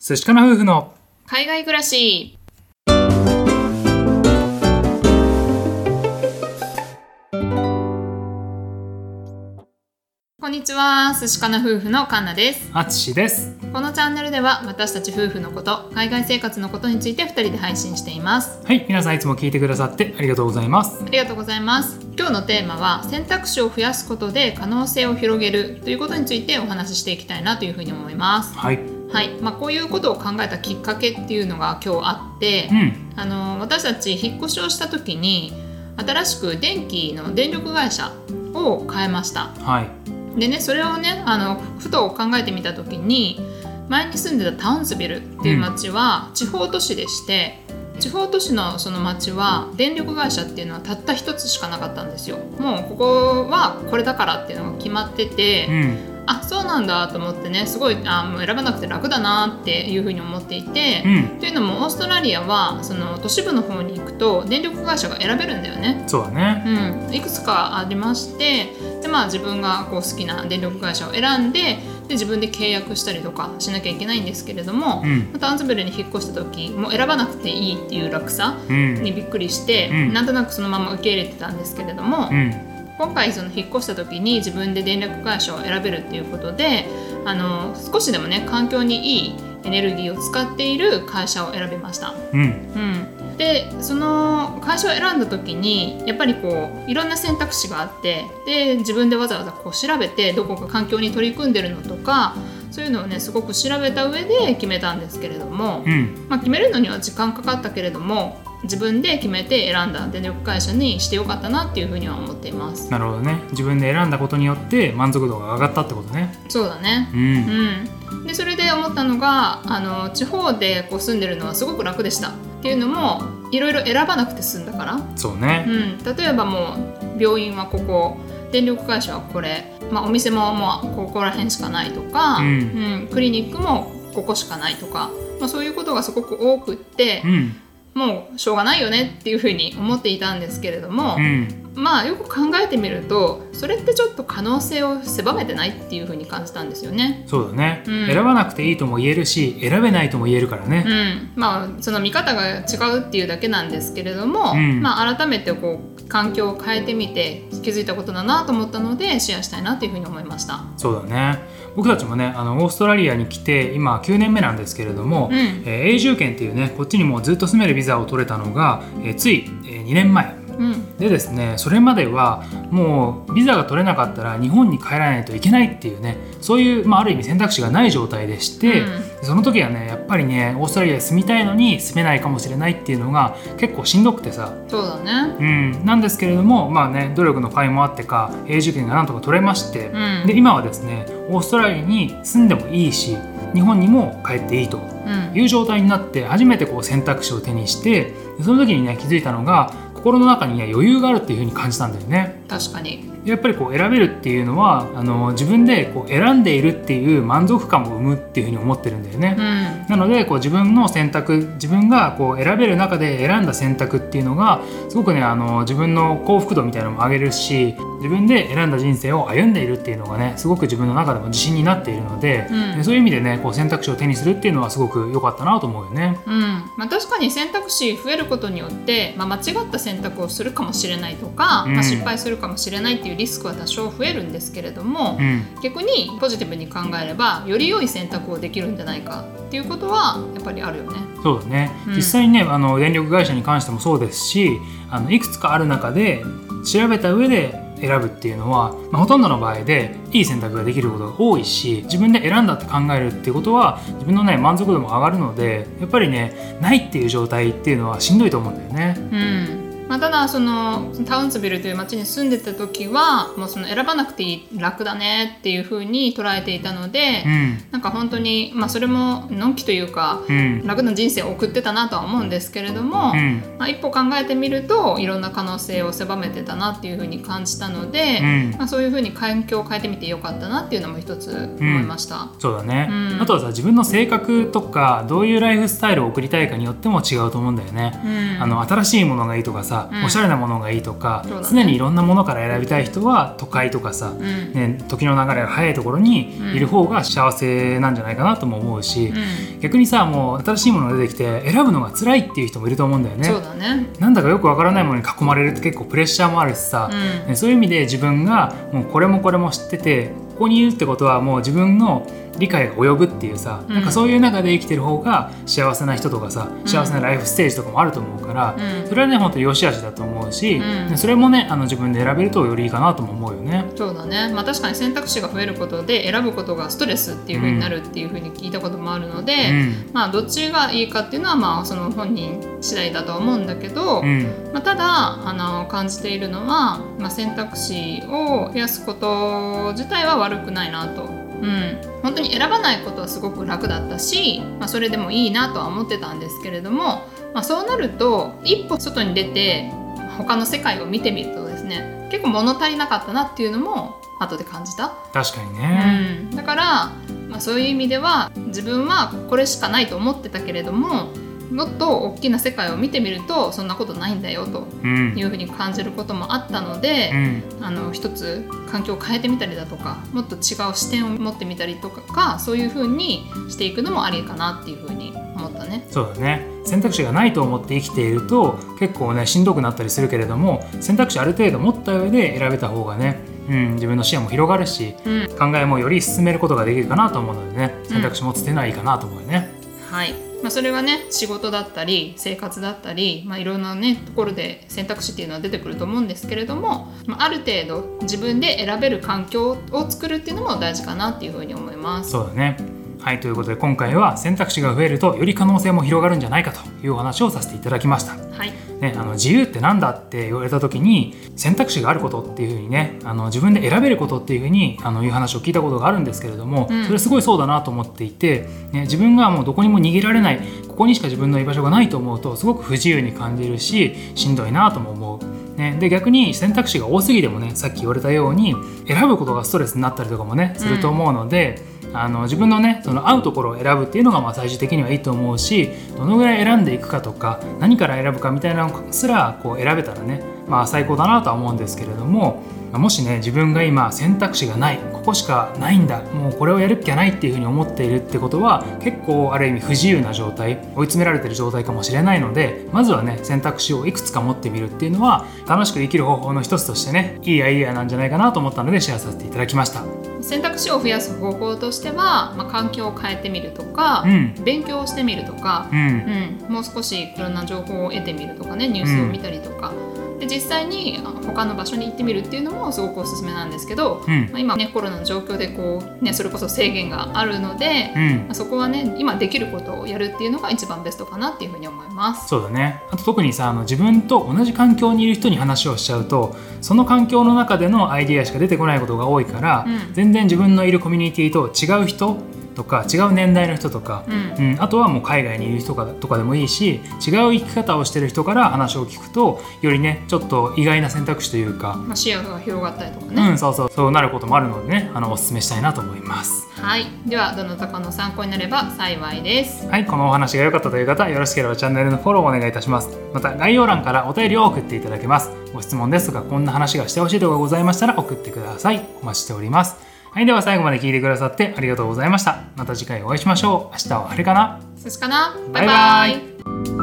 寿司かな夫婦の海外暮らし。こんにちは、寿司かな夫婦のカンナです。 あつしです。 このチャンネルでは私たち夫婦のこと、海外生活のことについて2人で配信しています。 はい、皆さんいつも聞いてくださってありがとうございます。 ありがとうございます。今日のテーマは選択肢を増やすことで可能性を広げるということについてお話ししていきたいなというふうに思います。 はい、 こういうことを考えたきっかけっていうのが今日あって、私たち引っ越しをした時に新しく電気の電力会社を変えました。でね、それをねふと考えてみた時に、前に住んでたタウンズビルっていう町は地方都市でして、地方都市のその町は電力会社っていうのはたった一つしかなかったんですよ。もうここはこれだからっていうのが決まってて、そうなんだと思ってね、すごいもう選ばなくて楽だなっていうふうに思っていて、というのもオーストラリアはその都市部の方に行くと電力会社が選べるんだよね。 そうだね、 いくつかありまして、で、自分がこう好きな電力会社を選んで、自分で契約したりとかしなきゃいけないんですけれども、タウンズビルに引っ越した時もう選ばなくていいっていう楽さにびっくりして、なんとなくそのまま受け入れてたんですけれども、今回その引っ越した時に自分で電力会社を選べるっていうことで、少しでもね環境にいいエネルギーを使っている会社を選びました。で、その会社を選んだ時にやっぱりこういろんな選択肢があって、で自分でわざわざこう調べて、どこか環境に取り組んでるのとか、そういうのをねすごく調べた上で決めたんですけれども、決めるのには時間かかったけれども、自分で決めて選んだ電力会社にしてよかったなっていうふうには思っています。 なるほどね。自分で選んだことによって満足度が上がったってことね。 そうだね。でそれで思ったのが、地方でこう住んでるのはすごく楽でしたっていうのも、いろいろ選ばなくて済んだから。 そうね、 例えばもう病院はここ、電力会社はこれ、お店ももうここら辺しかないとか、クリニックもここしかないとか、そういうことがすごく多くって、もうしょうがないよねっていうふうに思っていたんですけれども、よく考えてみると、それってちょっと可能性を狭めてないっていうふうに感じたんですよね。 そうだね、選ばなくていいとも言えるし、選べないとも言えるからね。 その見方が違うっていうだけなんですけれども、改めてこう環境を変えてみて気づいたことだなと思ったので、シェアしたいなというふうに思いました。 そうだね。僕たちもねオーストラリアに来て今9年目なんですけれども、永住権っていうね、こっちにもずっと住めるビザを取れたのが、つい、2年前でですね、それまではもうビザが取れなかったら日本に帰らないといけないっていうね、そういう、ある意味選択肢がない状態でして、その時はねやっぱりねオーストラリアに住みたいのに住めないかもしれないっていうのが結構しんどくてさ。 そうだね、 なんですけれども、努力の甲斐もあってか永住権がなんとか取れまして、で今はですねオーストラリアに住んでもいいし日本にも帰っていいという状態になって、初めてこう選択肢を手にして、その時にね気づいたのが、心の中にね余裕があるっていう風に感じたんだよね。 確かに。 やっぱりこう選べるっていうのは自分でこう選んでいるっていう満足感を生むっていう風に思ってるんだよね。なのでこう自分の選択、自分がこう選べる中で選んだ選択っていうのがすごくね自分の幸福度みたいなのも上げるし、自分で選んだ人生を歩んでいるっていうのがねすごく自分の中でも自信になっているので、そういう意味でねこう選択肢を手にするっていうのはすごく良かったなと思うよね。 確かに選択肢増えることによって、間違った選択をするかもしれないとか、失敗するかもしれないっていうリスクは多少増えるんですけれども、逆にポジティブに考えればより良い選択をできるんじゃないかっていうことはやっぱりあるよね。 そうだね、実際にね電力会社に関してもそうですし、いくつかある中で調べた上で選ぶっていうのは、ほとんどの場合でいい選択ができることが多いし、自分で選んだって考えるっていうことは自分のね満足度も上がるので、やっぱりねないっていう状態っていうのはしんどいと思うんだよね。 ただそのタウンズビルという町に住んでた時はもうその選ばなくていい、楽だねっていう風に捉えていたので、なんか本当に、それものんきというか、楽な人生を送ってたなとは思うんですけれども、一歩考えてみるといろんな可能性を狭めてたなっていう風に感じたので、そういう風に環境を変えてみてよかったなっていうのも一つ思いました。 そうだね、あとはさ、自分の性格とかどういうライフスタイルを送りたいかによっても違うと思うんだよね。新しいものがいいとかさ、 さ、おしゃれなものがいいとか、常にいろんなものから選びたい人は都会とかさ、時の流れが早いところにいる方が幸せなんじゃないかなとも思うし、逆にさ、もう新しいものが出てきて選ぶのが辛いっていう人もいると思うんだよね。 そうだね。 なんだかよくわからないものに囲まれるって結構プレッシャーもあるしさ、そういう意味で自分がもうこれもこれも知っててここにいるってことはもう自分の理解が及ぶっていうさ、なんかそういう中で生きてる方が幸せな人とかさ、幸せなライフステージとかもあると思うから、それはね本当に良し悪しだと思うし、それもね自分で選べるとよりいいかなとも思うよね。 そうだね。まあ確かに選択肢が増えることで選ぶことがストレスっていう風になるっていう風に聞いたこともあるので、まあどっちがいいかっていうのはまあその本人次第だとは思うんだけど、まあ、ただ感じているのは、まあ、選択肢を増やすこと自体は悪くないなと。本当に選ばないことはすごく楽だったし、まあ、それでもいいなとは思ってたんですけれども、まあ、そうなると一歩外に出て他の世界を見てみるとですね、結構物足りなかったなっていうのも後で感じた。 確かにね、 だから、まあ、そういう意味では自分はこれしかないと思ってたけれども、もっと大きな世界を見てみるとそんなことないんだよというふうに感じることもあったので、一つ環境を変えてみたりだとか、もっと違う視点を持ってみたりとか、そういうふうにしていくのもありかなっていうふうに思ったね。 そうだね。選択肢がないと思って生きていると結構ねしんどくなったりするけれども、選択肢ある程度持った上で選べた方がね、自分の視野も広がるし、考えもより進めることができるかなと思うのでね、選択肢持つっていうのはいいかなと思うよね。 はい。まあ、それはね仕事だったり生活だったり、まあ、いろんなねところで選択肢っていうのは出てくると思うんですけれども、まあ、ある程度自分で選べる環境を作るっていうのも大事かなっていうふうに思います。 そうだね。はい、ということで今回は選択肢が増えるとより可能性も広がるんじゃないかというお話をさせていただきました。 はいね、自由ってなんだって言われた時に選択肢があることっていう風にね、自分で選べることっていう風にいう話を聞いたことがあるんですけれども、それすごいそうだなと思っていて、ね、自分がもうどこにも逃げられない、ここにしか自分の居場所がないと思うとすごく不自由に感じるし、しんどいなとも思う、ね、で逆に選択肢が多すぎてもね、さっき言われたように選ぶことがストレスになったりとかもねすると思うので、自分のねその合うところを選ぶっていうのがまあ最終的にはいいと思うし、どのぐらい選んでいくかとか何から選ぶかみたいなのすらこう選べたらね、まあ最高だなとは思うんですけれども、もしね自分が今選択肢がない、ここしかないんだ、もうこれをやるっきゃないっていうふうに思っているってことは結構ある意味不自由な状態、追い詰められている状態かもしれないので、まずはね選択肢をいくつか持ってみるっていうのは楽しく生きる方法の一つとしてね、いいアイデアなんじゃないかなと思ったのでシェアさせていただきました。 選択肢を増やす方法としては、まあ、環境を変えてみるとか、勉強をしてみるとか、もう少しいろんな情報を得てみるとかね、ニュースを見たりとか、で実際に他の場所に行ってみるっていうのもすごくおすすめなんですけど、まあ、今ねコロナの状況でこう、ね、それこそ制限があるので、まあ、そこはね今できることをやるっていうのが一番ベストかなっていうふうに思います。 そうだね。あと特にさ自分と同じ環境にいる人に話をしちゃうと、その環境の中でのアイディアしか出てこないことが多いから、全然自分のいるコミュニティと違う人とか違う年代の人とか、あとはもう海外にいる人とかでもいいし、違う生き方をしてる人から話を聞くとよりねちょっと意外な選択肢というか、 まあ、視野が広がったりとかね、 そうなることもあるのでね、おすすめしたいなと思います。 はい、ではどなたかの参考になれば幸いです。 はい、このお話が良かったという方、よろしければチャンネルのフォローをお願いいたします。また概要欄からお便りを送っていただけます。ご質問ですとかこんな話がしてほしいとかございましたら送ってください。お待ちしております。はい、では最後まで聞いてくださってありがとうございました。また次回お会いしましょう。明日は晴れかな？ 寿司かな？バイバイ。